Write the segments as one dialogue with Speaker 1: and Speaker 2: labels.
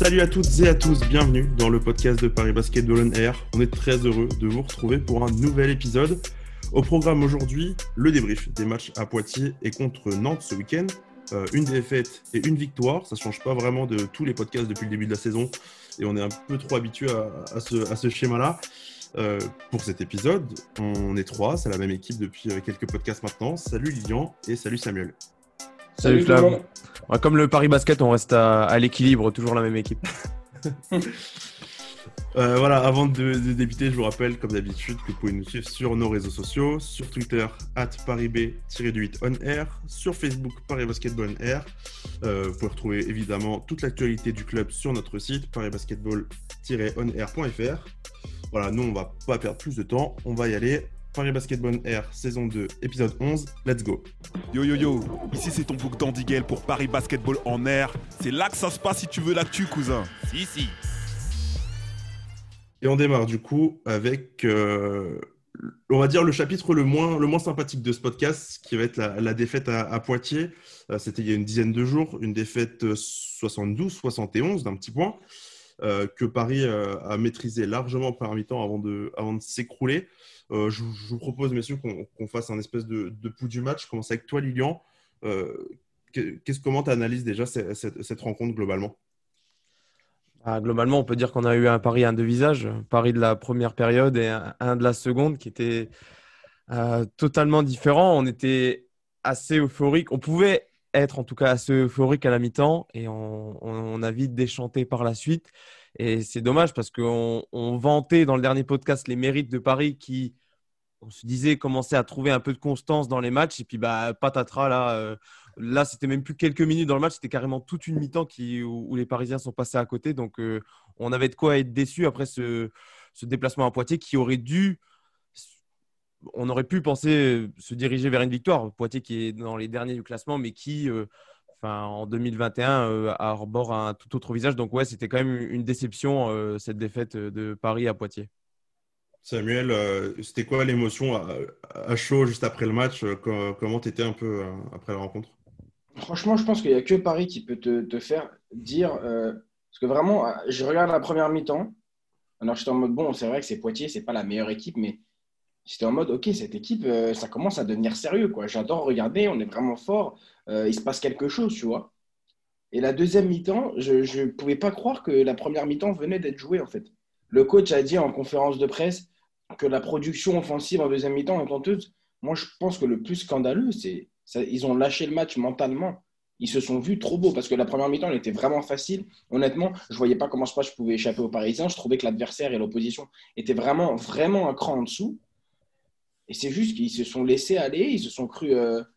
Speaker 1: Salut à toutes et à tous, bienvenue dans le podcast de Paris Basketball On Air. On est très heureux de vous retrouver pour un nouvel épisode. Au programme aujourd'hui, le débrief des matchs à Poitiers et contre Nantes ce week-end. Une défaite et une victoire, ça ne change pas vraiment de tous les podcasts depuis le début de la saison et on est un peu trop habitué à ce schéma-là. Pour cet épisode, on est trois, c'est la même équipe depuis quelques podcasts maintenant. Salut Lilian et salut Samuel.
Speaker 2: Salut Flav. Comme le Paris Basket, on reste à l'équilibre, toujours la même équipe.
Speaker 1: Voilà, avant de débuter, je vous rappelle, comme d'habitude, que vous pouvez nous suivre sur nos réseaux sociaux, sur Twitter, @ParisB-8OnAir, sur Facebook, Paris Basketball On Air. Vous pouvez retrouver évidemment toute l'actualité du club sur notre site, parisbasketball-onair.fr. Voilà, nous, on va pas perdre plus de temps, on va y aller. Paris Basketball On Air, saison 2, épisode 11, let's go.
Speaker 3: Yo yo yo, ici c'est ton bouc d'Andiguel pour Paris Basketball En Air. C'est là que ça se passe si tu veux l'actu, cousin. Si.
Speaker 1: Et on démarre du coup avec, on va dire, le chapitre le moins sympathique de ce podcast, qui va être la défaite à Poitiers. C'était il y a une dizaine de jours, une défaite 72-71 d'un petit point, que Paris a maîtrisé largement en première mi-temps avant de s'écrouler. Je vous propose, messieurs, qu'on fasse un espèce de pouls du match. Je commence avec toi, Lilian. Comment tu analyses déjà cette rencontre globalement ?
Speaker 2: Globalement, on peut dire qu'on a eu un Paris à deux visages. Paris de la première période et un de la seconde qui était totalement différent. On était assez euphorique. On pouvait être en tout cas assez euphorique à la mi-temps et on a vite déchanté par la suite. Et c'est dommage parce qu'on vantait dans le dernier podcast les mérites de Paris qui, on se disait, commençait à trouver un peu de constance dans les matchs. Et puis, patatras, là, c'était même plus quelques minutes dans le match. C'était carrément toute une mi-temps où les Parisiens sont passés à côté. Donc, on avait de quoi être déçus après ce déplacement à Poitiers qui aurait dû… On aurait pu penser se diriger vers une victoire. Poitiers qui est dans les derniers du classement, mais qui… en 2021, arbore un tout autre visage. Donc, ouais, c'était quand même une déception, cette défaite de Paris à Poitiers.
Speaker 1: Samuel, c'était quoi l'émotion à chaud juste après le match ? Comment tu étais un peu après la rencontre ?
Speaker 4: Franchement, je pense qu'il n'y a que Paris qui peut te faire dire… parce que vraiment, je regarde la première mi-temps. Alors, j'étais en mode, bon, c'est vrai que c'est Poitiers, c'est pas la meilleure équipe, mais j'étais en mode, ok, cette équipe, ça commence à devenir sérieux, quoi. J'adore regarder, on est vraiment fort, il se passe quelque chose, tu vois. Et la deuxième mi-temps, je ne pouvais pas croire que la première mi-temps venait d'être jouée, en fait. Le coach a dit en conférence de presse que la production offensive en deuxième mi-temps est honteuse. Moi, je pense que le plus scandaleux, c'est ils ont lâché le match mentalement. Ils se sont vus trop beaux parce que la première mi-temps, elle était vraiment facile. Honnêtement, je ne voyais pas comment ce match pouvait échapper aux Parisiens. Je trouvais que l'adversaire et l'opposition étaient vraiment, vraiment un cran en dessous. Et c'est juste qu'ils se sont laissés aller. Ils se sont crus,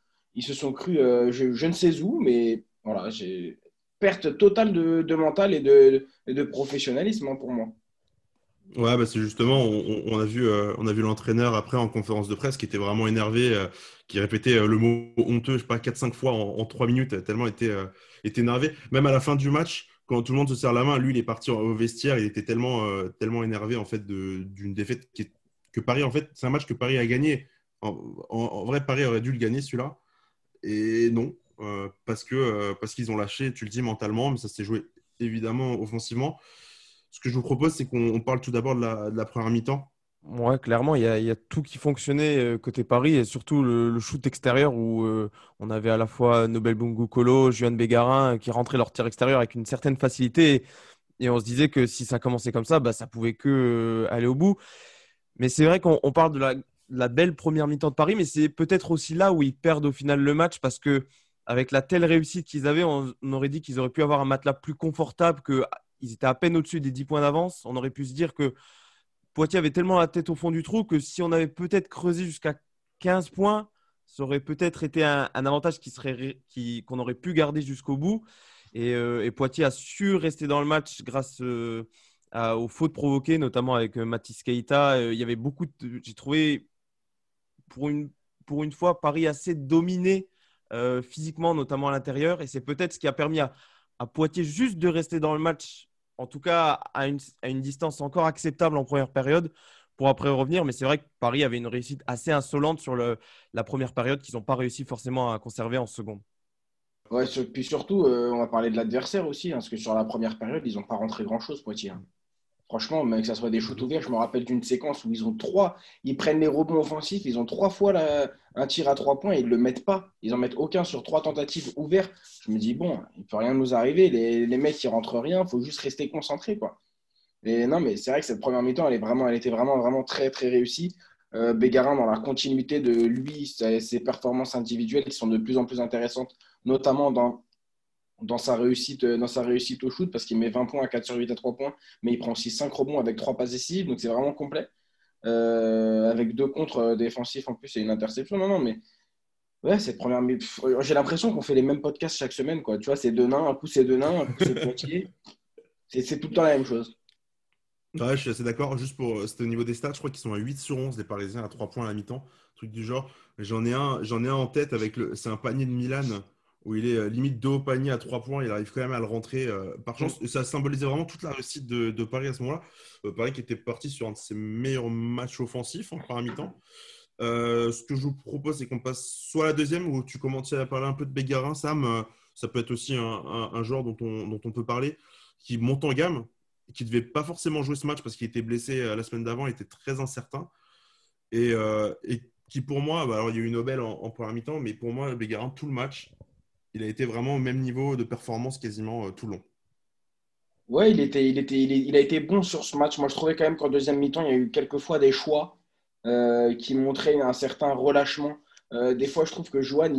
Speaker 4: je ne sais où, mais voilà, j'ai perte totale de mental et de professionnalisme pour moi.
Speaker 1: Ouais, c'est justement, on a vu l'entraîneur après en conférence de presse qui était vraiment énervé, qui répétait le mot honteux, je sais pas, 4-5 fois en 3 minutes, tellement était énervé. Même à la fin du match, quand tout le monde se serre la main, lui, il est parti au vestiaire, il était tellement énervé en fait d'une défaite que Paris, en fait, c'est un match que Paris a gagné. En vrai, Paris aurait dû le gagner celui-là, et non, parce qu'ils ont lâché, tu le dis, mentalement, mais ça s'est joué évidemment offensivement. Ce que je vous propose, c'est qu'on parle tout d'abord de la première mi-temps.
Speaker 2: Ouais, clairement, il y a tout qui fonctionnait côté Paris et surtout le shoot extérieur où on avait à la fois Nobel Bungu Kolo, Juan Bégarin qui rentraient leur tir extérieur avec une certaine facilité et on se disait que si ça commençait comme ça, ça pouvait que aller au bout. Mais c'est vrai qu'on parle de la belle première mi-temps de Paris, mais c'est peut-être aussi là où ils perdent au final le match parce que avec la telle réussite qu'ils avaient, on aurait dit qu'ils auraient pu avoir un matelas plus confortable, qu'ils étaient à peine au-dessus des 10 points d'avance. On aurait pu se dire que Poitiers avait tellement la tête au fond du trou que si on avait peut-être creusé jusqu'à 15 points, ça aurait peut-être été un avantage qu'on aurait pu garder jusqu'au bout. Et Poitiers a su rester dans le match grâce aux fautes provoquées, notamment avec Mathis Keita. Il y avait j'ai trouvé, pour une fois, Paris assez dominé physiquement, notamment à l'intérieur. Et c'est peut-être ce qui a permis à Poitiers juste de rester dans le match, en tout cas à une distance encore acceptable en première période, pour après revenir. Mais c'est vrai que Paris avait une réussite assez insolente sur la première période qu'ils n'ont pas réussi forcément à conserver en seconde.
Speaker 4: Ouais, puis surtout, on va parler de l'adversaire aussi, hein, parce que sur la première période, ils n'ont pas rentré grand-chose, Poitiers, hein. Franchement, mais que ça soit des shoots ouverts, je me rappelle d'une séquence où ils prennent les rebonds offensifs, ils ont 3 fois un tir à 3 points et ils ne le mettent pas. Ils en mettent aucun sur 3 tentatives ouvertes. Je me dis, bon, il ne peut rien nous arriver. Les mecs, ils rentrent rien, il faut juste rester concentré, quoi. Et non, mais c'est vrai que cette première mi-temps, elle était vraiment, vraiment très, très réussie. Bégarin, dans la continuité de lui, ses performances individuelles qui sont de plus en plus intéressantes, notamment dans sa réussite au shoot, parce qu'il met 20 points à 4 sur 8 à 3 points, mais il prend aussi 5 rebonds avec 3 passes décisives, donc c'est vraiment complet. Avec 2 contres défensifs en plus et une interception. Non, non, mais ouais, j'ai l'impression qu'on fait les mêmes podcasts chaque semaine, quoi. Tu vois, c'est deux nains, un coup c'est deux nains, un coup c'est Poitiers. C'est tout le temps la même chose.
Speaker 1: Ouais, je suis assez d'accord. Juste c'était au niveau des stats, je crois qu'ils sont à 8 sur 11, les Parisiens, à 3 points à la mi-temps, truc du genre. J'en ai un en tête c'est un panier de Milan où il est limite dos au panier à 3 points. Il arrive quand même à le rentrer par chance. Et ça symbolisait vraiment toute la réussite de Paris à ce moment-là. Paris qui était parti sur un de ses meilleurs matchs offensifs en première mi-temps. Ce que je vous propose, c'est qu'on passe soit à la deuxième où tu commences à parler un peu de Bégarin, Sam. Ça peut être aussi un joueur dont on peut parler qui monte en gamme, qui ne devait pas forcément jouer ce match parce qu'il était blessé la semaine d'avant, il était très incertain. Et qui, pour moi, alors il y a eu Nobel en première mi-temps, mais pour moi, Bégarin, tout le match, il a été vraiment au même niveau de performance quasiment tout le long.
Speaker 4: Ouais, il a été bon sur ce match. Moi, je trouvais quand même qu'en deuxième mi-temps, il y a eu quelques fois des choix qui montraient un certain relâchement. Des fois, je trouve que Johan,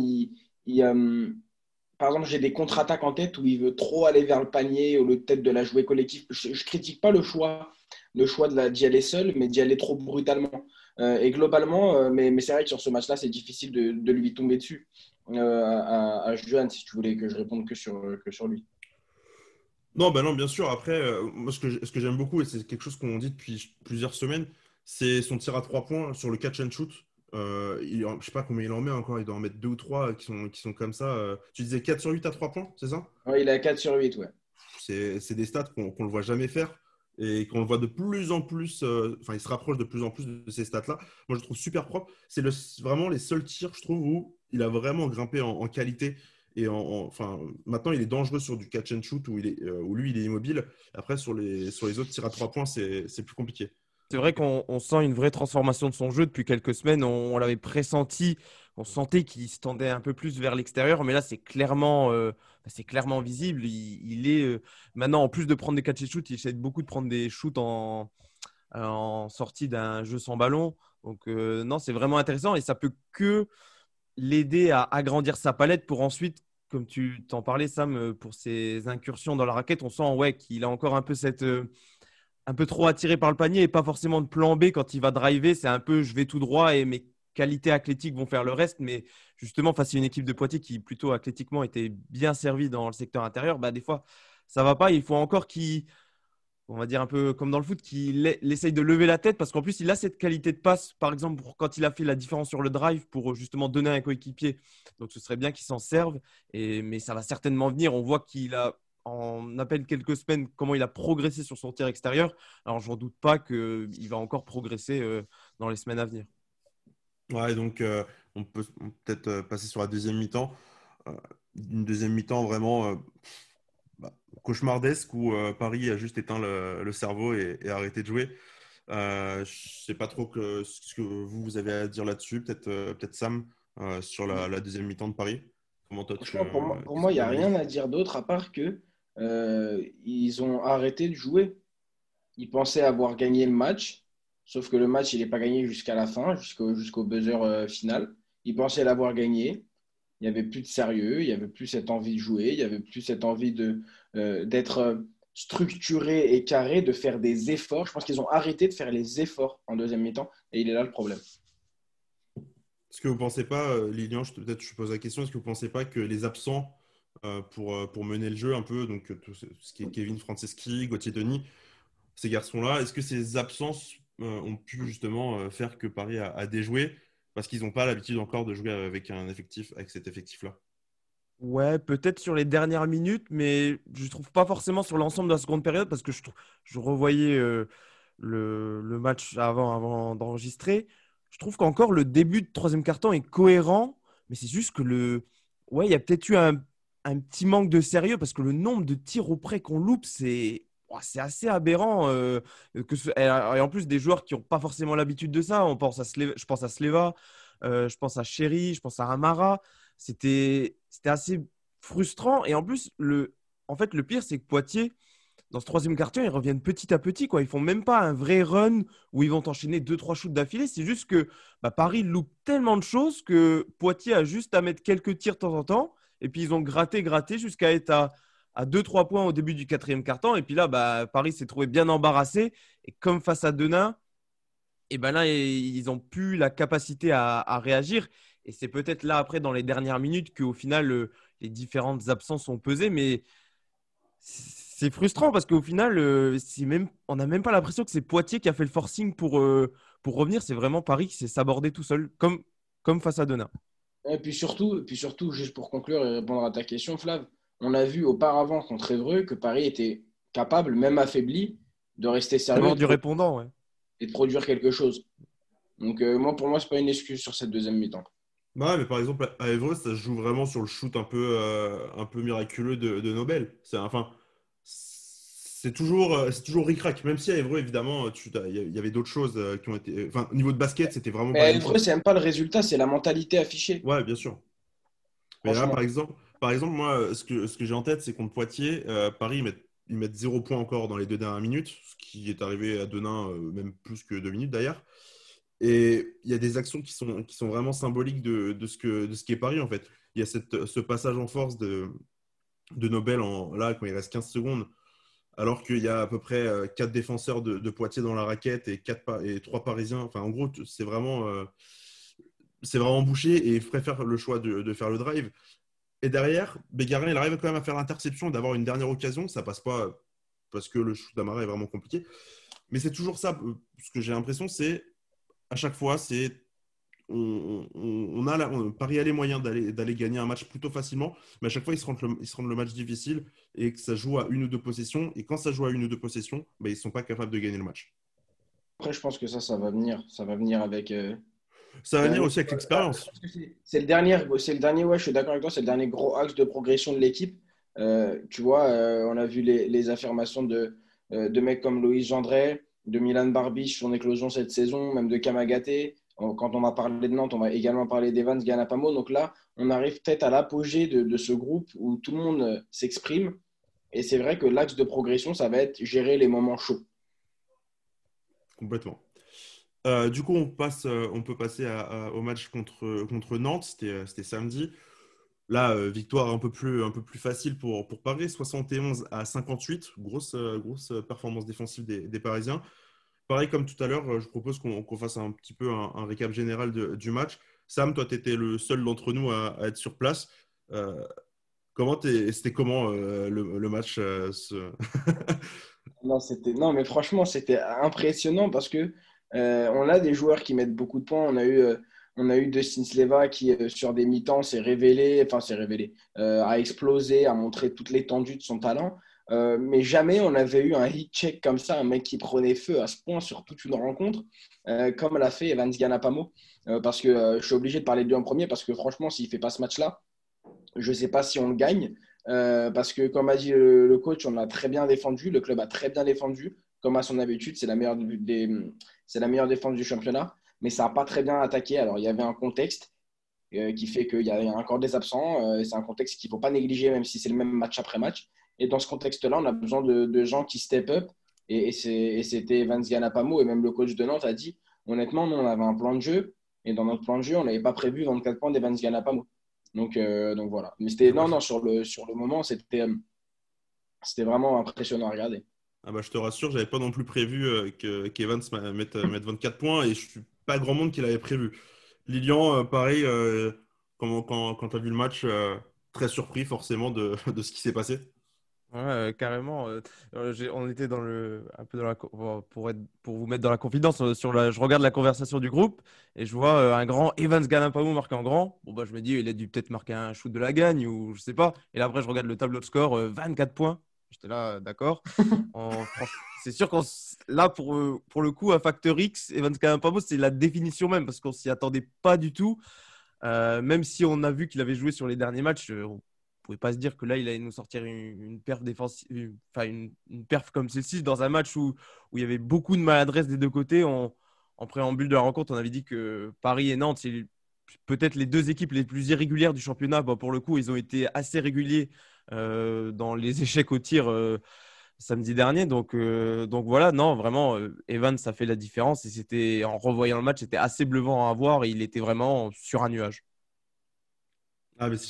Speaker 4: par exemple, j'ai des contre-attaques en tête où il veut trop aller vers le panier au lieu peut-être de la jouer collective. Je ne critique pas le choix d'y aller seul, mais d'y aller trop brutalement. Et globalement, mais c'est vrai que sur ce match-là, c'est difficile de lui tomber dessus à Johan, si tu voulais que je réponde que sur lui.
Speaker 1: Non, bah non, bien sûr. Après, moi, ce que j'aime beaucoup, et c'est quelque chose qu'on dit depuis plusieurs semaines, c'est son tir à 3 points sur le catch and shoot. Je sais pas combien il en met encore, il doit en mettre deux ou trois qui sont comme ça. Tu disais 4 sur 8 à 3 points, c'est ça?
Speaker 4: Ouais, il est à 4 sur 8, ouais.
Speaker 1: C'est des stats qu'on ne le voit jamais faire et qu'on le voit de plus en plus. Enfin, il se rapproche de plus en plus de ces stats-là. Moi, je le trouve super propre. C'est vraiment les seuls tirs, je trouve, où il a vraiment grimpé en qualité. Enfin, maintenant, il est dangereux sur du catch and shoot où lui, il est immobile. Après, sur les autres tirs à 3 points, c'est plus compliqué.
Speaker 2: C'est vrai qu'on sent une vraie transformation de son jeu depuis quelques semaines. On l'avait pressenti, on sentait qu'il se tendait un peu plus vers l'extérieur, mais là, c'est clairement visible. Il est maintenant, en plus de prendre des catch and shoot, il essaie beaucoup de prendre des shoots en sortie d'un jeu sans ballon. Donc, non, c'est vraiment intéressant et ça peut que l'aider à agrandir sa palette pour ensuite, comme tu t'en parlais, Sam, pour ses incursions dans la raquette. On sent ouais, qu'il a encore un peu un peu trop attiré par le panier et pas forcément de plan B quand il va driver. C'est un peu je vais tout droit et mes qualités athlétiques vont faire le reste. Mais justement, face à une équipe de Poitiers qui, plutôt athlétiquement, était bien servie dans le secteur intérieur, bah, des fois, ça va pas. Il faut encore on va dire un peu comme dans le foot, qu'il essaye de lever la tête parce qu'en plus, il a cette qualité de passe, par exemple, quand il a fait la différence sur le drive pour justement donner un coéquipier. Donc, ce serait bien qu'il s'en serve. Mais ça va certainement venir. On voit qu'il a en à peine quelques semaines comment il a progressé sur son tir extérieur. Alors, je n'en doute pas qu'il va encore progresser dans les semaines à venir.
Speaker 1: Ouais, donc on peut peut-être passer sur la deuxième mi-temps. Euh, une deuxième mi-temps vraiment bah, cauchemardesque où Paris a juste éteint le cerveau et arrêté de jouer. Je ne sais pas trop ce que vous avez à dire là-dessus. Peut-être Sam sur la deuxième mi-temps de Paris. Comment toi
Speaker 4: Franchement, pour moi,
Speaker 1: qu'est-ce
Speaker 4: il
Speaker 1: que
Speaker 4: n'y
Speaker 1: tu
Speaker 4: a rien
Speaker 1: analyses?
Speaker 4: à dire d'autre à part que ils ont arrêté de jouer. Ils pensaient avoir gagné le match, sauf que le match, il n'est pas gagné jusqu'à la fin, jusqu'au buzzer final. Ils pensaient l'avoir gagné. Il n'y avait plus de sérieux, il n'y avait plus cette envie de jouer, il n'y avait plus cette envie d'être structuré et carré, de faire des efforts. Je pense qu'ils ont arrêté de faire les efforts en deuxième mi-temps et il est là le problème.
Speaker 1: Est-ce que vous ne pensez pas, Lilian, peut-être je pose la question, est-ce que vous ne pensez pas que les absents pour mener le jeu un peu, donc tout ce qui est Kevin Franceschi, Gauthier Denis, ces garçons-là, est-ce que ces absences ont pu justement faire que Paris a déjoué parce qu'ils n'ont pas l'habitude encore de jouer avec cet effectif-là?
Speaker 2: Ouais, peut-être sur les dernières minutes, mais je trouve pas forcément sur l'ensemble de la seconde période parce que je revoyais le match avant d'enregistrer. Je trouve qu'encore le début de troisième quart-temps est cohérent, mais c'est juste que ouais, il y a peut-être eu un petit manque de sérieux parce que le nombre de tirs au près qu'on loupe, c'est assez aberrant. Et en plus, des joueurs qui n'ont pas forcément l'habitude de ça. Je pense à Sleva, je pense à Sherry, je pense à Amara. C'était assez frustrant. Et en plus, en fait, le pire, c'est que Poitiers, dans ce troisième quart-temps, ils reviennent petit à petit, quoi. Ils font même pas un vrai run où ils vont enchaîner 2-3 shoots d'affilée. C'est juste que Paris loupe tellement de choses que Poitiers a juste à mettre quelques tirs de temps en temps. Et puis, ils ont gratté jusqu'à être à 2-3 points au début du quatrième quart-temps. Et puis là, Paris s'est trouvé bien embarrassé. Et comme face à Denain, et ben là, ils n'ont plus la capacité à réagir. Et c'est peut-être là, après, dans les dernières minutes, qu'au final, les différentes absences ont pesé. Mais c'est frustrant parce qu'au final, on n'a même pas l'impression que c'est Poitiers qui a fait le forcing pour revenir. C'est vraiment Paris qui s'est sabordé tout seul, comme face à Denain.
Speaker 4: Et puis surtout, juste pour conclure et répondre à ta question, Flav, on a vu auparavant contre Évreux que Paris était capable, même affaibli, de rester sérieux
Speaker 2: D'abord du répondant, ouais.
Speaker 4: et de produire quelque chose. Donc, pour moi, ce n'est pas une excuse sur cette deuxième mi-temps.
Speaker 1: Bah, mais par exemple, à Évreux, ça se joue vraiment sur le shoot un peu miraculeux de Nobel. C'est toujours ric-rac. Même si à Évreux, évidemment, il y avait d'autres choses qui ont été. Enfin, au niveau de basket, c'était vraiment
Speaker 4: Mais
Speaker 1: pas
Speaker 4: à
Speaker 1: la même
Speaker 4: Évreux,
Speaker 1: chose.
Speaker 4: c'est même pas le résultat, c'est la mentalité affichée.
Speaker 1: Ouais, bien sûr. Mais là,
Speaker 4: Franchement.
Speaker 1: par exemple, moi, ce que j'ai en tête, c'est contre Poitiers, Paris, ils mettent 0 point encore dans les 2 dernières minutes, ce qui est arrivé à Denain, même plus que 2 minutes d'ailleurs. Et il y a des actions qui sont vraiment symboliques de ce qu'est Paris, en fait. Il y a ce passage en force de Nobel là, quand il reste 15 secondes, alors qu'il y a à peu près 4 défenseurs de Poitiers dans la raquette et 3 Parisiens. Enfin, en gros, c'est vraiment bouché et il préfère le choix de faire le drive. Et derrière, Bégarin, il arrive quand même à faire l'interception, d'avoir une dernière occasion. Ça passe pas parce que le shoot d'Amara est vraiment compliqué. Mais c'est toujours ça. Ce que j'ai l'impression, c'est à chaque fois, Paris a les moyens d'aller gagner un match plutôt facilement, mais à chaque fois, ils se rendent le match difficile et que ça joue à une ou deux possessions. Et quand ça joue à une ou deux possessions, ils ne sont pas capables de gagner le match.
Speaker 4: Après, je pense que ça va venir. Ça va venir avec.
Speaker 1: Ça va venir
Speaker 4: Dernier-
Speaker 1: aussi avec l'expérience.
Speaker 4: C'est le dernier, ouais, je suis d'accord avec toi, c'est le dernier gros axe de progression de l'équipe. Tu vois, on a vu les affirmations de mecs comme Loïs Gendret, de Milan Barbic, son éclosion cette saison, même de Kamagaté. Quand on va parler de Nantes, on va également parler d'Evans Ganapamo. Donc là, on arrive peut-être à l'apogée de ce groupe où tout le monde s'exprime. Et c'est vrai que l'axe de progression, ça va être gérer les moments chauds.
Speaker 1: Complètement. Du coup, on peut passer au match contre Nantes. C'était samedi. Là, victoire un peu plus facile pour Paris, 71-58. Grosse performance défensive des Parisiens. Pareil, comme tout à l'heure, je propose qu'on fasse un petit peu un récap général du match. Sam, toi, tu étais le seul d'entre nous à être sur place. Euh, c'était comment le match
Speaker 4: Non, mais franchement, c'était impressionnant parce que on a des joueurs qui mettent beaucoup de points. On a eu Dustin Sleva qui, sur des mi-temps, s'est révélé, a explosé, a montré toute l'étendue de son talent. Mais jamais on avait eu un hit check comme ça, un mec qui prenait feu à ce point sur toute une rencontre, comme l'a fait Evans Ganapamo. Parce que je suis obligé de parler de lui en premier, parce que franchement, s'il ne fait pas ce match-là, je ne sais pas si on le gagne. Parce que, comme a dit le coach, on a très bien défendu. Le club a très bien défendu. Comme à son habitude, c'est la meilleure défense du championnat. Mais ça n'a pas très bien attaqué. Alors, il y avait un contexte qui fait qu'il y a encore des absents. C'est un contexte qu'il ne faut pas négliger, même si c'est le même match après match. Et dans ce contexte-là, on a besoin de gens qui step up. Et c'était Evans Ganapamo. Et même le coach de Nantes a dit, honnêtement, nous, on avait un plan de jeu. Et dans notre plan de jeu, on n'avait pas prévu 24 points d'Evans Ganapamo. Donc voilà. Mais c'était
Speaker 1: Ah bah,
Speaker 4: non, sur le moment, c'était vraiment impressionnant à regarder.
Speaker 1: je te rassure, j'avais pas non plus prévu qu'Evans mette 24 points et je suis pas grand monde qui l'avait prévu. Lilian, pareil, quand tu as vu le match, très surpris forcément de ce qui s'est passé.
Speaker 2: Ouais, carrément. On était un peu pour vous mettre dans la confidence je regarde la conversation du groupe et je vois un grand Evans Ganapamo marqué en grand. Bon je me dis il a dû peut-être marquer un shoot de la gagne ou je sais pas. Et là après je regarde le tableau de score, 24 points. J'étais là, d'accord. C'est sûr là pour le coup à Factor X, Evans Ganapamo c'est la définition même parce qu'on s'y attendait pas du tout. Même si on a vu qu'il avait joué sur les derniers matchs. pouvait pas se dire que là, il allait nous sortir une perf défensive, enfin une perf comme celle-ci dans un match où il y avait beaucoup de maladresse des deux côtés. En préambule de la rencontre, on avait dit que Paris et Nantes, c'est peut-être les deux équipes les plus irrégulières du championnat. Bon, pour le coup, ils ont été assez réguliers dans les échecs au tir samedi dernier. Donc voilà, non, vraiment, Evans, ça fait la différence. Et c'était, en revoyant le match, c'était assez bluffant à voir. Et il était vraiment sur un nuage.
Speaker 1: Ah, mais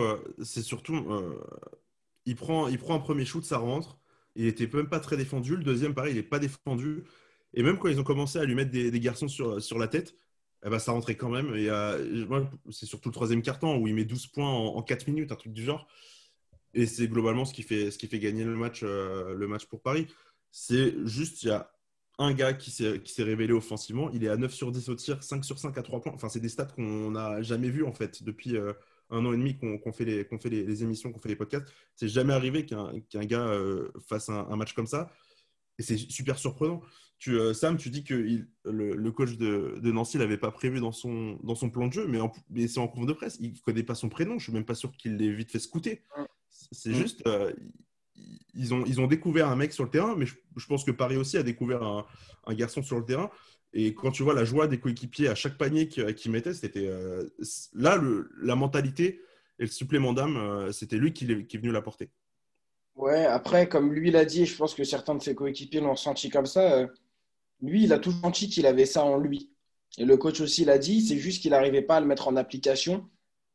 Speaker 1: il prend un premier shoot, ça rentre. Il était même pas très défendu. Le deuxième, pareil, il n'est pas défendu. Et même quand ils ont commencé à lui mettre des garçons sur la tête, eh ben, ça rentrait quand même. Et moi, c'est surtout le troisième quart-temps où il met 12 points en 4 minutes, un truc du genre. Et c'est globalement ce qui fait gagner le match pour Paris. C'est juste, il y a un gars qui s'est révélé offensivement. Il est à 9 sur 10 au tir, 5 sur 5 à 3 points. Enfin, c'est des stats qu'on n'a jamais vues en fait depuis 1 an et demi qu'on fait les émissions, qu'on fait les podcasts. C'est jamais arrivé qu'un gars fasse un match comme ça. Et c'est super surprenant. Sam, tu dis que le coach de Nancy ne l'avait pas prévu dans son plan de jeu, mais c'est en conf de presse. Il ne connaît pas son prénom. Je ne suis même pas sûr qu'il l'ait vite fait scouter. C'est juste, ils ont découvert un mec sur le terrain, mais je pense que Paris aussi a découvert un garçon sur le terrain. Et quand tu vois la joie des coéquipiers à chaque panier qu'ils mettaient, c'était là la mentalité et le supplément d'âme, c'était lui qui est venu l'apporter.
Speaker 4: Ouais, après, comme lui l'a dit, et je pense que certains de ses coéquipiers l'ont ressenti comme ça, lui, il a toujours senti qu'il avait ça en lui. Et le coach aussi l'a dit, c'est juste qu'il n'arrivait pas à le mettre en application.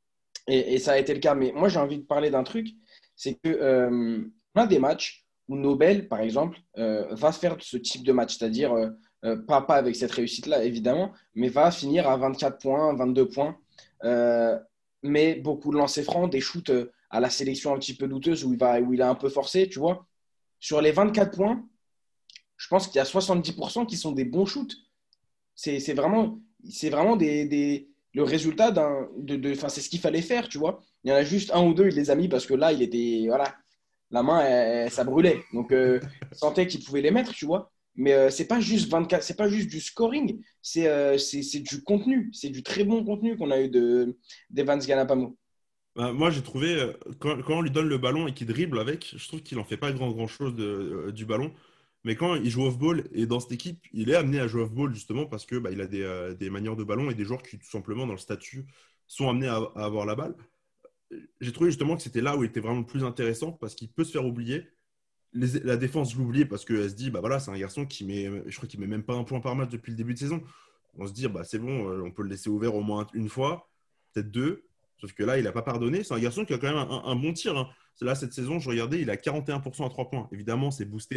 Speaker 4: Et ça a été le cas. Mais moi, j'ai envie de parler d'un truc, c'est que on a des matchs où Nobel, par exemple, va faire ce type de match, c'est-à-dire pas avec cette réussite-là, évidemment, mais va finir à 24 points, 22 points, euh, mais beaucoup de lancers francs, des shoots à la sélection un petit peu douteuse où il a un peu forcé, tu vois. Sur les 24 points, je pense qu'il y a 70% qui sont des bons shoots. C'est vraiment le résultat enfin, c'est ce qu'il fallait faire, tu vois. Il y en a juste un ou deux, il les a mis parce que là, il était, voilà, la main, ça brûlait. Donc, il sentait qu'il pouvait les mettre, tu vois. Mais c'est pas juste 24, c'est pas juste du scoring, c'est du contenu, c'est du très bon contenu qu'on a eu d'Evans Ganapamo.
Speaker 1: Bah, moi, j'ai trouvé, quand on lui donne le ballon et qu'il dribble avec, je trouve qu'il en fait pas grand-chose du ballon. Mais quand il joue off-ball, et dans cette équipe, il est amené à jouer off-ball justement parce que il a des manières de ballon et des joueurs qui, tout simplement, dans le statut, sont amenés à avoir la balle. J'ai trouvé justement que c'était là où il était vraiment le plus intéressant parce qu'il peut se faire oublier. La défense l'oublie parce qu'elle se dit, bah voilà, c'est un garçon je crois qu'il met même pas un point par match depuis le début de saison. On se dit, bah c'est bon, on peut le laisser ouvert au moins une fois, peut-être deux. Sauf que là, il n'a pas pardonné. C'est un garçon qui a quand même un bon tir, hein. Là, cette saison, je regardais, il a 41% à 3 points. Évidemment, c'est boosté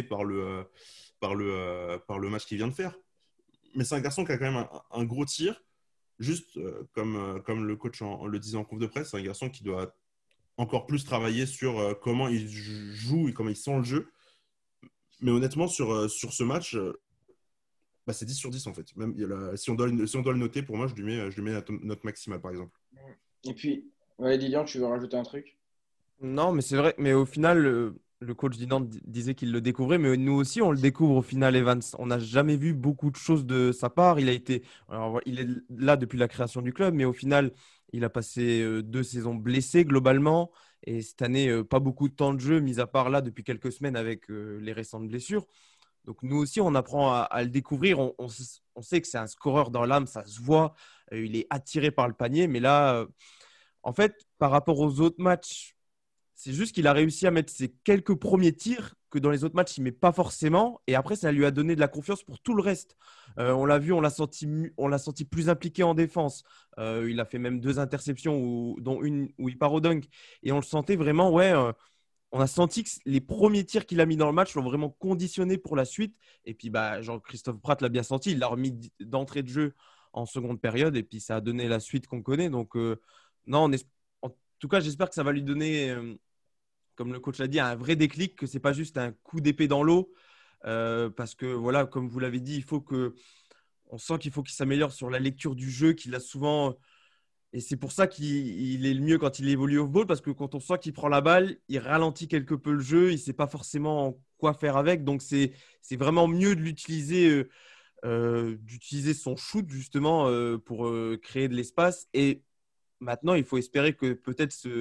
Speaker 1: par le match qu'il vient de faire. Mais c'est un garçon qui a quand même un gros tir. Juste comme le coach le disait en conf de presse, c'est un garçon qui doit encore plus travailler sur comment il joue et comment il sent le jeu. Mais honnêtement, sur ce match, c'est 10 sur 10 en fait. Même, si on doit le noter, pour moi, je lui mets la note maximale, par exemple.
Speaker 4: Et puis, ouais, Lilian, tu veux rajouter un truc?
Speaker 2: Non, mais c'est vrai. Mais au final, le coach d'Inant disait qu'il le découvrait, mais nous aussi, on le découvre au final, Evans. On n'a jamais vu beaucoup de choses de sa part. Alors, il est là depuis la création du club, mais au final, il a passé 2 saisons blessé globalement. Et cette année, pas beaucoup de temps de jeu, mis à part là depuis quelques semaines avec les récentes blessures. Donc nous aussi, on apprend à le découvrir. On sait que c'est un scoreur dans l'âme, ça se voit. Il est attiré par le panier. Mais là, en fait, par rapport aux autres matchs, c'est juste qu'il a réussi à mettre ses quelques premiers tirs que dans les autres matchs, il ne met pas forcément. Et après, ça lui a donné de la confiance pour tout le reste. On l'a vu, on l'a senti plus impliqué en défense. Il a fait même 2 interceptions, dont une où il part au dunk. Et on le sentait vraiment, ouais. On a senti que les premiers tirs qu'il a mis dans le match l'ont vraiment conditionné pour la suite. Et puis, Jean-Christophe Prat l'a bien senti. Il l'a remis d'entrée de jeu en seconde période. Et puis, ça a donné la suite qu'on connaît. Donc, non, en tout cas, j'espère que ça va lui donner, comme le coach l'a dit, un vrai déclic, que ce n'est pas juste un coup d'épée dans l'eau. Parce que, voilà, comme vous l'avez dit, on sent qu'il faut qu'il s'améliore sur la lecture du jeu, qu'il a souvent. Et c'est pour ça qu'il est le mieux quand il évolue off-ball, parce que quand on sent qu'il prend la balle, il ralentit quelque peu le jeu, il ne sait pas forcément quoi faire avec. Donc, c'est vraiment mieux de l'utiliser, d'utiliser son shoot justement pour créer de l'espace. Et maintenant, il faut espérer que peut-être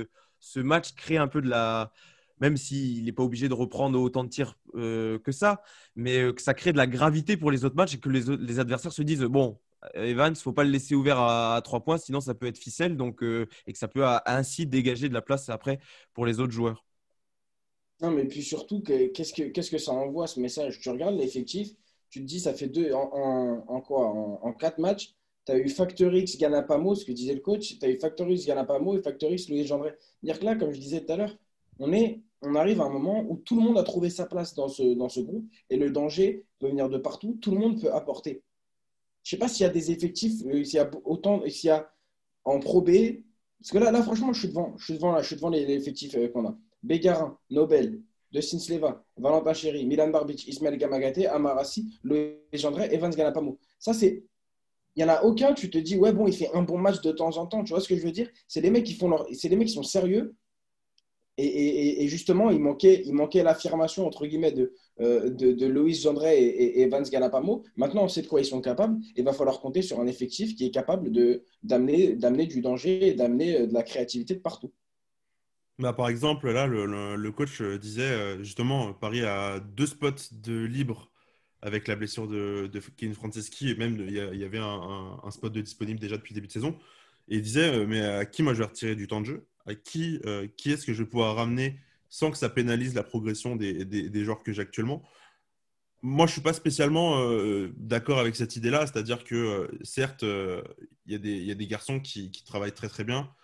Speaker 2: ce match crée un peu de la… Même s'il n'est pas obligé de reprendre autant de tirs que ça, mais que ça crée de la gravité pour les autres matchs et que les adversaires se disent, bon, Evans, il ne faut pas le laisser ouvert à 3 points, sinon ça peut être ficelle, donc, et que ça peut ainsi dégager de la place après pour les autres joueurs.
Speaker 4: Non, mais puis surtout, qu'est-ce que ça envoie ce message? Tu regardes l'effectif, tu te dis, ça fait deux, en quoi? En 4 matchs, tu as eu Factor X, Ganapamo, ce que disait le coach, tu as eu Factor X, Ganapamo et Factor X, Louis Gendré. Dire que là, comme je disais tout à l'heure, on arrive à un moment où tout le monde a trouvé sa place dans ce groupe et le danger peut venir de partout, tout le monde peut apporter. Je ne sais pas s'il y a des effectifs, s'il y a autant, s'il y a en Pro B, parce que là franchement, je suis devant les effectifs qu'on a. Bégarin, Nobel, Dustin Sleva, Valentin Chéry, Milan Barbic, Ismaël Gamagate, Amarassi, Loïc Gendré, Evans Ganapamo. Ça, c'est. Il n'y en a aucun, tu te dis, ouais, bon, il fait un bon match de temps en temps. Tu vois ce que je veux dire? C'est les mecs c'est les mecs qui sont sérieux. Et justement, il manquait l'affirmation, entre guillemets, de Loïs Gendré et Evans Ganapamo. Maintenant, on sait de quoi ils sont capables. Et il va falloir compter sur un effectif qui est capable d'amener du danger et d'amener de la créativité de partout.
Speaker 1: Bah, par exemple, là, le coach disait justement, Paris a 2 spots de libre avec la blessure de Kevin Franceschi, et même il y avait un spot de disponible déjà depuis le début de saison. Et il disait, mais à qui moi je vais retirer du temps de jeu? À qui est-ce que je vais pouvoir ramener sans que ça pénalise la progression des joueurs que j'ai actuellement? Moi, je ne suis pas spécialement d'accord avec cette idée-là, c'est-à-dire que certes, il y a des garçons qui travaillent très très bien,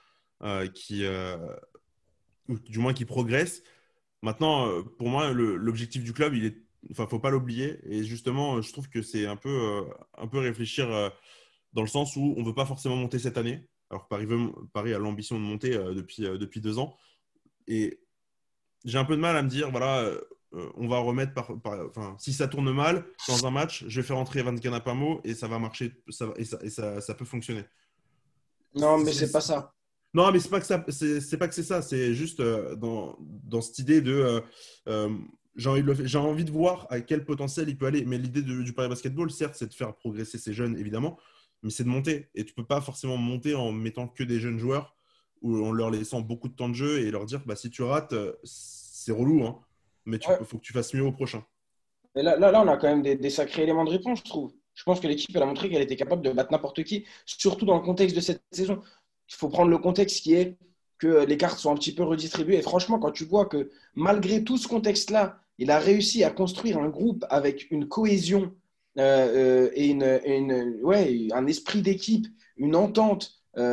Speaker 1: ou du moins qui progressent. Maintenant, pour moi, l'objectif du club, enfin, faut pas l'oublier. Et justement, je trouve que c'est un peu réfléchir dans le sens où on veut pas forcément monter cette année. Alors que Paris a l'ambition de monter depuis 2 ans. Et j'ai un peu de mal à me dire, voilà, on va remettre enfin, si ça tourne mal dans un match, je vais faire entrer Evans Ganapamo et ça va marcher, ça peut fonctionner.
Speaker 4: Non, mais c'est pas ça.
Speaker 1: Non, mais c'est pas que ça, c'est pas que c'est ça. C'est juste dans cette idée de euh, j'ai envie de voir à quel potentiel il peut aller. Mais l'idée du Paris Basketball, certes, c'est de faire progresser ces jeunes, évidemment, mais c'est de monter. Et tu peux pas forcément monter en mettant que des jeunes joueurs ou en leur laissant beaucoup de temps de jeu et leur dire, bah, si tu rates, c'est relou, hein, mais
Speaker 4: Ouais.
Speaker 1: faut que tu fasses mieux au prochain.
Speaker 4: Et là, on a quand même des sacrés éléments de réponse, je trouve. Je pense que l'équipe, elle a montré qu'elle était capable de battre n'importe qui, surtout dans le contexte de cette saison. Il faut prendre le contexte qui est que les cartes sont un petit peu redistribuées. Et franchement, quand tu vois que malgré tout ce contexte-là, il a réussi à construire un groupe avec une cohésion et un esprit d'équipe, une entente,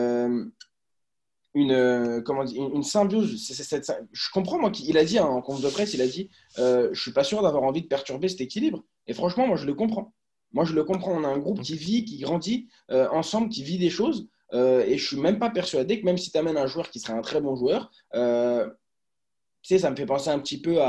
Speaker 4: comment dire, une symbiose. Je comprends, moi, qu'il a dit en conférence de presse, il a dit je ne suis pas sûr d'avoir envie de perturber cet équilibre. Et franchement, moi, je le comprends. Moi, je le comprends. On a un groupe qui vit, qui grandit ensemble, qui vit des choses. Et je ne suis même pas persuadé que même si tu amènes un joueur qui serait un très bon joueur, tu sais, ça me fait penser un petit peu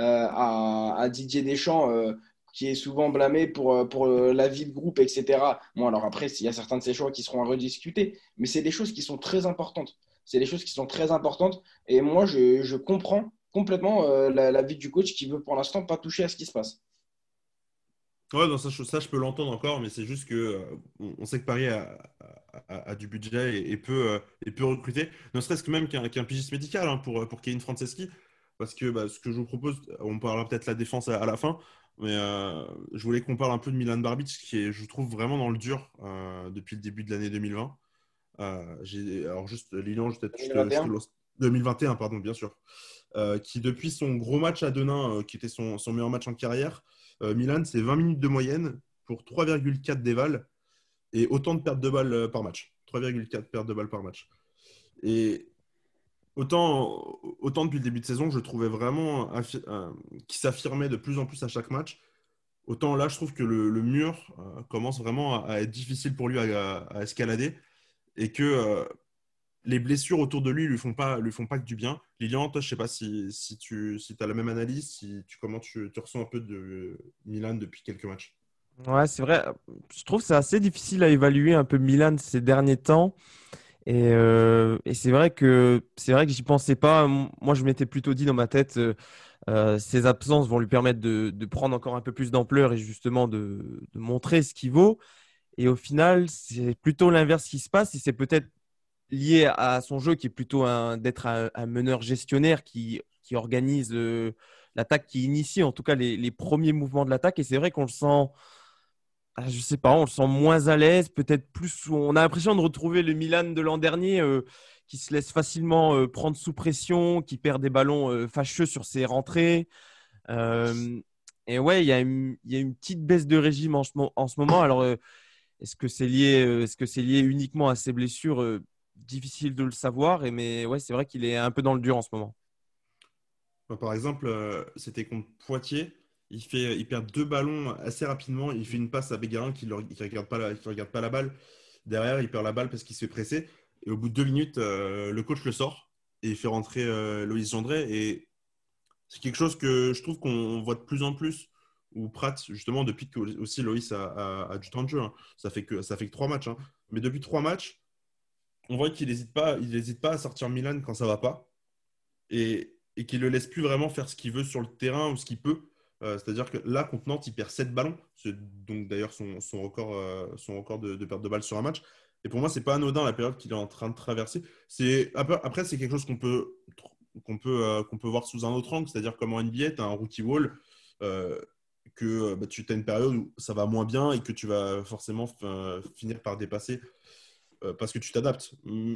Speaker 4: à Didier Deschamps, qui est souvent blâmé pour la vie de groupe, etc. Bon, alors après, il y a certains de ces choix qui seront à rediscuter, mais c'est des choses qui sont très importantes. C'est des choses qui sont très importantes. Et moi, je comprends complètement la vie du coach qui veut pour l'instant pas toucher à ce qui se passe.
Speaker 1: Ouais, non, ça, je peux l'entendre encore, mais c'est juste que on sait que Paris a du budget et peut recruter, ne serait-ce que même qu'un pigiste médical, hein, pour Kevin Franceschi, parce que bah, ce que je vous propose, on parlera peut-être de la défense à la fin, mais je voulais qu'on parle un peu de Milan Barbic, qui est, je trouve, vraiment dans le dur depuis le début de l'année 2020. Alors juste, Lilian, je te
Speaker 4: 2021.
Speaker 1: lance 2021, pardon, bien sûr. Qui depuis son gros match à Denain, qui était son meilleur match en carrière, Milan, c'est 20 minutes de moyenne pour 3,4 déval et autant de pertes de balles par match. 3,4 pertes de balles par match. Et autant depuis le début de saison, je trouvais vraiment qu'il s'affirmait de plus en plus à chaque match. Autant là, je trouve que le mur commence vraiment à être difficile pour lui à escalader et que les blessures autour de lui font pas que du bien. Lilian, toi, je sais pas si tu as la même analyse, comment tu ressens un peu de Milan depuis quelques matchs.
Speaker 2: Ouais, c'est vrai. Je trouve que c'est assez difficile à évaluer un peu Milan ces derniers temps. Et c'est vrai que j'y pensais pas. Moi, je m'étais plutôt dit dans ma tête, ces absences vont lui permettre de prendre encore un peu plus d'ampleur et justement de montrer ce qu'il vaut. Et au final, c'est plutôt l'inverse qui se passe. Et c'est peut-être lié à son jeu qui est plutôt d'être un meneur gestionnaire qui organise l'attaque, qui initie en tout cas les premiers mouvements de l'attaque. Et c'est vrai qu'on le sent, je sais pas, on le sent moins à l'aise, peut-être plus. On a l'impression de retrouver le Milan de l'an dernier qui se laisse facilement prendre sous pression, qui perd des ballons fâcheux sur ses rentrées. Euh, et ouais, il y a une petite baisse de régime en ce moment. Alors, est-ce que c'est lié uniquement à ses blessures? Difficile de le savoir. Mais ouais, c'est vrai qu'il est un peu dans le dur en ce moment.
Speaker 1: Par exemple, c'était contre Poitiers. Il perd 2 ballons assez rapidement. Il fait une passe à Bégarin qui ne regarde pas la balle. Derrière, il perd la balle parce qu'il se fait presser. Et au bout de 2 minutes, le coach le sort et il fait rentrer Loïs Gendret. Et c'est quelque chose que je trouve qu'on voit de plus en plus. Où Pratt, justement, depuis que aussi Loïs a du temps de jeu, hein. Ça fait que 3 matchs, hein. Mais depuis 3 matchs, on voit qu'il n'hésite pas à sortir Milan quand ça va pas. Et qu'il ne le laisse plus vraiment faire ce qu'il veut sur le terrain ou ce qu'il peut. C'est-à-dire que là, contre Nantes, il perd 7 ballons. C'est donc d'ailleurs son record de perte de balles sur un match. Et pour moi, c'est pas anodin la période qu'il est en train de traverser. Après, c'est quelque chose qu'on peut voir sous un autre angle. C'est-à-dire comme en NBA, tu as un rookie wall, que tu as une période où ça va moins bien et que tu vas forcément finir par dépasser parce que tu t'adaptes.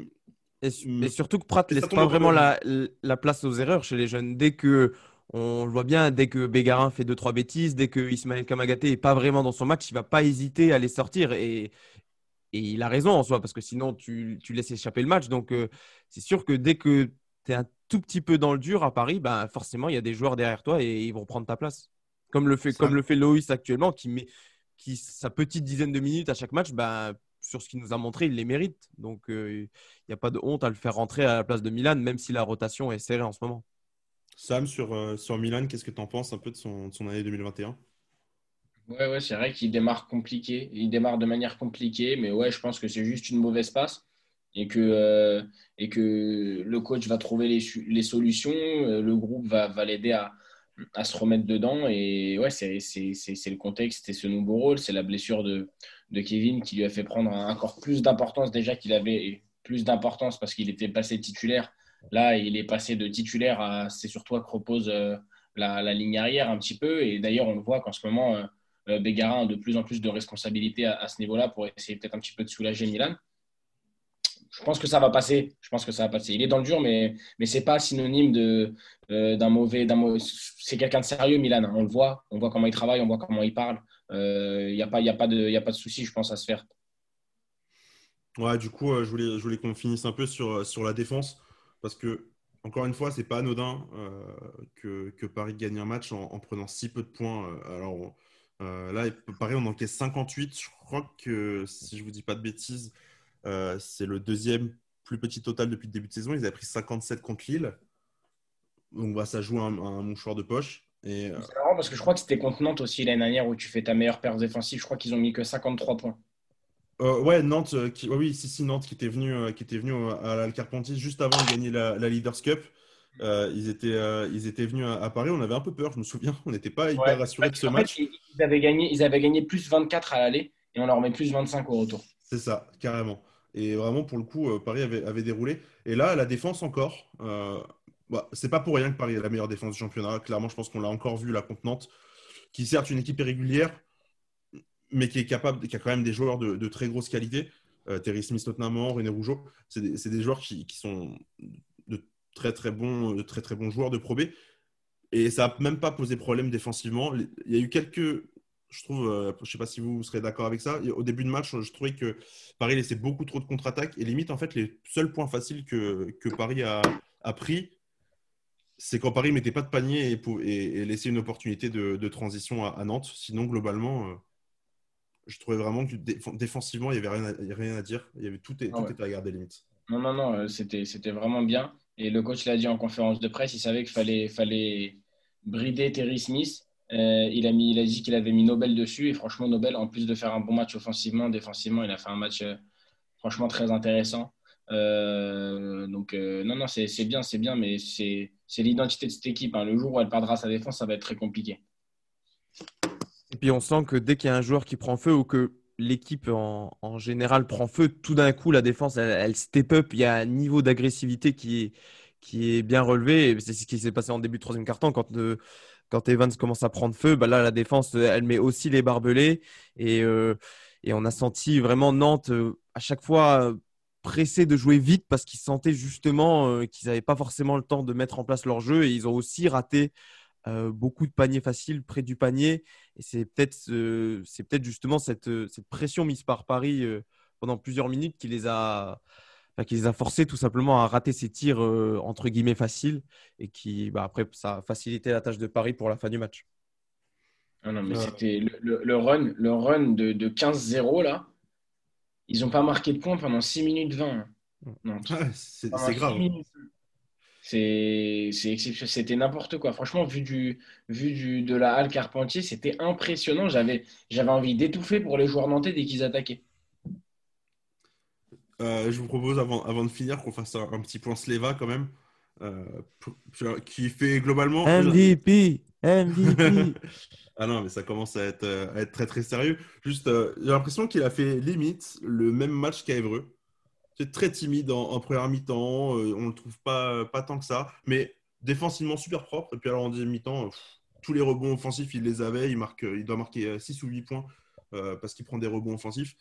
Speaker 2: Et surtout que Pratt
Speaker 1: Et ça
Speaker 2: laisse
Speaker 1: tombe
Speaker 2: pas
Speaker 1: un
Speaker 2: vraiment
Speaker 1: peu.
Speaker 2: la place aux erreurs chez les jeunes. On le voit bien, dès que Bégarin fait deux, trois bêtises, dès que Ismaël Kamagaté est pas vraiment dans son match, il va pas hésiter à les sortir. Et il a raison en soi, parce que sinon, tu laisses échapper le match. Donc, c'est sûr que dès que tu es un tout petit peu dans le dur à Paris, ben, forcément, il y a des joueurs derrière toi et ils vont prendre ta place. Comme
Speaker 1: Ça,
Speaker 2: le fait Loïs actuellement, sa petite dizaine de minutes à chaque match, ben, sur ce qu'il nous a montré, il les mérite. Donc, il n'y a pas de honte à le faire rentrer à la place de Milan, même si la rotation est serrée en ce moment.
Speaker 1: Sam, sur Milan, qu'est-ce que tu en penses un peu de son année 2021?
Speaker 4: Ouais, ouais, c'est vrai qu'il démarre compliqué. Il démarre de manière compliquée, mais ouais, je pense que c'est juste une mauvaise passe et que le coach va trouver les solutions, le groupe va l'aider à se remettre dedans. Et ouais, c'est le contexte et ce nouveau rôle. C'est la blessure de Kevin qui lui a fait prendre encore plus d'importance. Déjà qu'il avait plus d'importance parce qu'il était passé titulaire. Là, il est passé de titulaire à c'est sur toi que repose la ligne arrière un petit peu. Et d'ailleurs, on le voit qu'en ce moment, Bégarin a de plus en plus de responsabilités à ce niveau-là pour essayer peut-être un petit peu de soulager Milan. Je pense que ça va passer. Je pense que ça va passer. Il est dans le dur, mais c'est pas synonyme C'est quelqu'un de sérieux, Milan, hein. On voit comment il travaille, on voit comment il parle. Y a pas de souci, je pense, à se faire.
Speaker 1: Ouais, du coup, je voulais qu'on finisse un peu sur la défense parce que, encore une fois, c'est pas anodin que Paris gagne un match en prenant si peu de points. Alors, là, Paris, on encaisse 58. Je crois que, si je vous dis pas de bêtises, c'est le deuxième plus petit total depuis le début de saison. Ils avaient pris 57 contre Lille. Donc, bah, ça joue un mouchoir de poche. Et,
Speaker 4: C'est marrant parce que je crois que c'était contre Nantes aussi l'année dernière où tu fais ta meilleure perf défensive. Je crois qu'ils ont mis que 53 points.
Speaker 1: ouais, Nantes, ouais, oui, si, Nantes qui était venu à l'Alcarpentier juste avant de gagner la Leaders Cup. Ils étaient venus à Paris. On avait un peu peur, je me souviens. On n'était pas
Speaker 4: Ouais.
Speaker 1: hyper rassurés de ce
Speaker 4: En fait,
Speaker 1: match.
Speaker 4: ils avaient gagné plus 24 à l'aller et on leur met plus 25 au retour.
Speaker 1: C'est ça, carrément. Et vraiment, pour le coup, Paris avait déroulé. Et là, la défense encore. Bah, c'est pas pour rien que Paris est la meilleure défense du championnat. Clairement, je pense qu'on l'a encore vu là contre Nantes, qui certes une équipe irrégulière, mais qui est capable, qui a quand même des joueurs de très grosse qualité. Terry Smith notamment, René Rougeau. C'est des joueurs qui sont de très très bons joueurs de Pro B. Et ça n'a même pas posé problème défensivement. Il y a eu quelques, je trouve, je ne sais pas si vous serez d'accord avec ça. Au début de match, je trouvais que Paris laissait beaucoup trop de contre-attaques. Et limite, en fait, les seuls points faciles que Paris a pris, c'est quand Paris ne mettait pas de panier et laissait une opportunité de transition à Nantes. Sinon, globalement, je trouvais vraiment que défensivement, il n'y avait rien à dire.
Speaker 4: Ah
Speaker 1: Tout
Speaker 4: ouais.
Speaker 1: était à garder limite.
Speaker 4: Non, non, non, c'était vraiment bien. Et le coach l'a dit en conférence de presse, il savait qu'il fallait brider Terry Smith. Il a dit qu'il avait mis Nobel dessus. Et franchement, Nobel, en plus de faire un bon match offensivement, défensivement, il a fait un match franchement très intéressant. Non, non, c'est bien, mais c'est l'identité de cette équipe, hein. Le jour où elle perdra sa défense, ça va être très compliqué.
Speaker 2: Et puis on sent que dès qu'il y a un joueur qui prend feu ou que l'équipe en général prend feu, tout d'un coup, la défense, elle step up. Il y a un niveau d'agressivité qui est bien relevé. Et c'est ce qui s'est passé en début de troisième quart-temps quand Evans commence à prendre feu. Bah là, la défense, elle met aussi les barbelés. Et on a senti vraiment Nantes à chaque fois pressé de jouer vite parce qu'ils sentaient justement qu'ils n'avaient pas forcément le temps de mettre en place leur jeu. Et ils ont aussi raté beaucoup de paniers faciles près du panier. Et c'est peut-être justement cette pression mise par Paris pendant plusieurs minutes qui les a forcés tout simplement à rater ces tirs entre guillemets faciles et qui, après, ça a facilité la tâche de Paris pour la fin du match.
Speaker 4: Ah non, mais
Speaker 1: Euh,
Speaker 4: c'était le run de 15-0 là. Ils n'ont pas marqué de points pendant 6 minutes 20, hein, Nantes.
Speaker 1: ouais, c'est
Speaker 4: Pendant
Speaker 1: c'est
Speaker 4: 6
Speaker 1: grave.
Speaker 4: minutes. C'est exceptionnel. C'était n'importe quoi. Franchement, de la halle Carpentier, c'était impressionnant. J'avais envie d'étouffer pour les joueurs nantais dès qu'ils attaquaient.
Speaker 1: Je vous propose, avant de finir, qu'on fasse un petit point Sleva quand même, euh, qui fait globalement.
Speaker 2: MVP, MVP.
Speaker 1: Ah non, mais ça commence à être très très sérieux. Juste, j'ai l'impression qu'il a fait limite le même match qu'à Évreux. C'est très timide en première mi-temps, on ne le trouve pas tant que ça, mais défensivement super propre. Et puis alors en deuxième mi-temps, tous les rebonds offensifs, il les avait. Il doit marquer 6 ou 8 points parce qu'il prend des rebonds offensifs.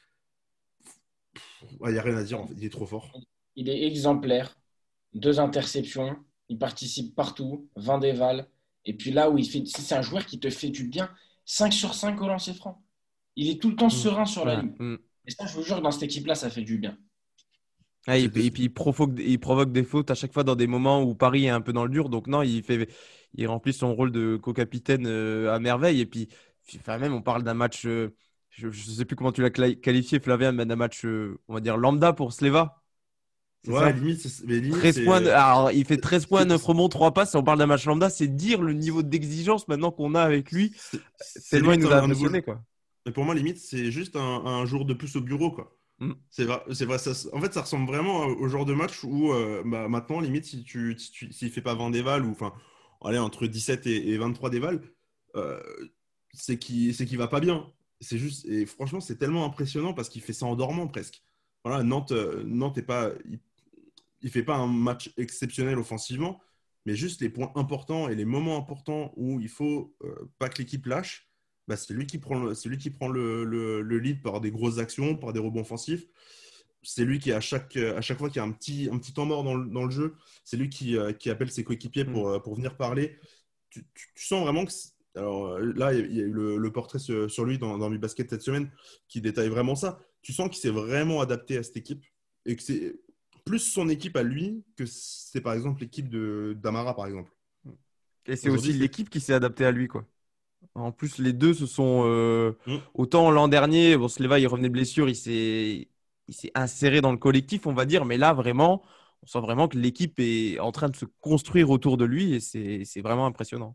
Speaker 1: Il n'y a rien à dire, en fait. Il est trop fort.
Speaker 4: Il est exemplaire. 2 interceptions. Il participe partout. 20 dévals. Et puis là où c'est un joueur qui te fait du bien. 5 sur 5 au lancer franc. Il est tout le temps
Speaker 1: Mm.
Speaker 4: serein sur la
Speaker 2: Ouais.
Speaker 4: ligne. Et ça, je vous jure, dans cette équipe-là, ça fait du bien.
Speaker 2: Ouais,
Speaker 1: C'était
Speaker 2: et puis il provoque des fautes à chaque fois dans des moments où Paris est un peu dans le dur. Donc non, il remplit son rôle de co-capitaine à merveille. Et puis, enfin, même on parle d'un match, je ne sais plus comment tu l'as qualifié, Flavien, mais d'un match, on va dire lambda pour Sleva. C'est
Speaker 1: Ouais,
Speaker 2: ça?
Speaker 1: limite, mais limite,
Speaker 2: 13 points. Alors, il fait 13 points,
Speaker 1: c'est
Speaker 2: 9 rebonds, 3 passes. Et on parle d'un match lambda, c'est dire le niveau d'exigence maintenant qu'on a avec lui.
Speaker 1: c'est
Speaker 2: Tellement il
Speaker 1: limite
Speaker 2: nous a
Speaker 1: un nouveau.
Speaker 2: impressionnés, quoi.
Speaker 1: Mais pour moi, limite, c'est juste un jour de plus au bureau, quoi.
Speaker 2: Mm.
Speaker 1: C'est vrai en fait, ça ressemble vraiment au genre de match où maintenant, limite, s'il fait pas 20 dévals ou enfin, allez, entre 17 et 23 dévals, euh, c'est qu'il va pas bien. C'est juste, et franchement, c'est tellement impressionnant parce qu'il fait ça en dormant presque. Voilà, Nantes est pas, il fait pas un match exceptionnel offensivement, mais juste les points importants et les moments importants où il faut pas que l'équipe lâche, bah, c'est lui qui prend le lead par des grosses actions, par des rebonds offensifs. C'est lui qui, à chaque fois qu'il y a un petit temps mort dans le jeu, c'est lui qui appelle ses coéquipiers pour venir parler. Tu sens vraiment que. Alors là, il y a eu le portrait sur lui dans Mi Basket cette semaine qui détaille vraiment ça. Tu sens qu'il s'est vraiment adapté à cette équipe et que c'est plus son équipe à lui que c'est par exemple l'équipe d'Amara, par exemple.
Speaker 2: Et c'est aussi
Speaker 1: Aujourd'hui, c'est.
Speaker 2: l'équipe qui s'est adaptée à lui, quoi. En plus, les deux se sont.
Speaker 1: Mm.
Speaker 2: Autant l'an dernier, bon, Sleva, il revenait de blessure, il s'est inséré dans le collectif, on va dire. Mais là, vraiment, on sent vraiment que l'équipe est en train de se construire autour de lui et c'est vraiment impressionnant.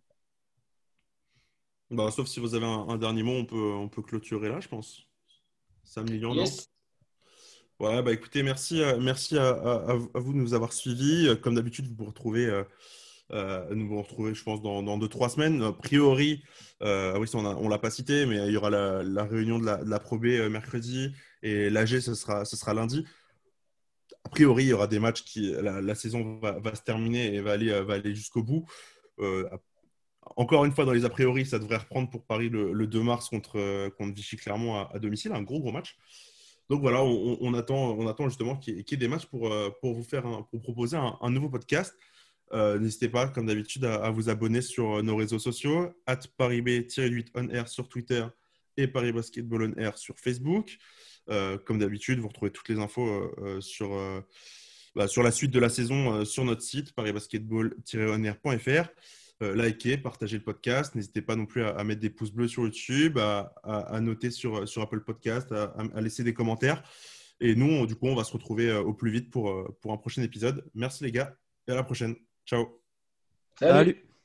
Speaker 1: Bah, sauf si vous avez un dernier mot, on peut clôturer là, je pense. Sam Lilian, non?
Speaker 4: Yes.
Speaker 1: Ouais, bah écoutez, merci à vous de nous avoir suivis. Comme d'habitude, nous vous retrouver, je pense, dans 2-3 semaines. A priori, ah oui, ça, on l'a pas cité, mais il y aura la réunion de la Pro B mercredi et l'AG, ce sera lundi. A priori, il y aura des matchs la saison va se terminer et va aller jusqu'au bout. Euh, Encore une fois, dans les a priori, ça devrait reprendre pour Paris le 2 mars contre Vichy Clermont à domicile, un gros match. Donc voilà, on attend justement qu'il y ait des matchs pour pour proposer un nouveau podcast. N'hésitez pas, comme d'habitude, à vous abonner sur nos réseaux sociaux, @ParisB-8OnAir sur Twitter et Paris Basketball on Air sur Facebook. Comme d'habitude, vous retrouvez toutes les infos sur la suite de la saison sur notre site parisbasketball-onair.fr. Likez, partagez le podcast. N'hésitez pas non plus à mettre des pouces bleus sur YouTube, à noter sur Apple Podcast, à laisser des commentaires. Et nous, du coup, on va se retrouver au plus vite pour un prochain épisode. Merci les gars et à la prochaine. Ciao.
Speaker 4: Salut.
Speaker 2: Salut!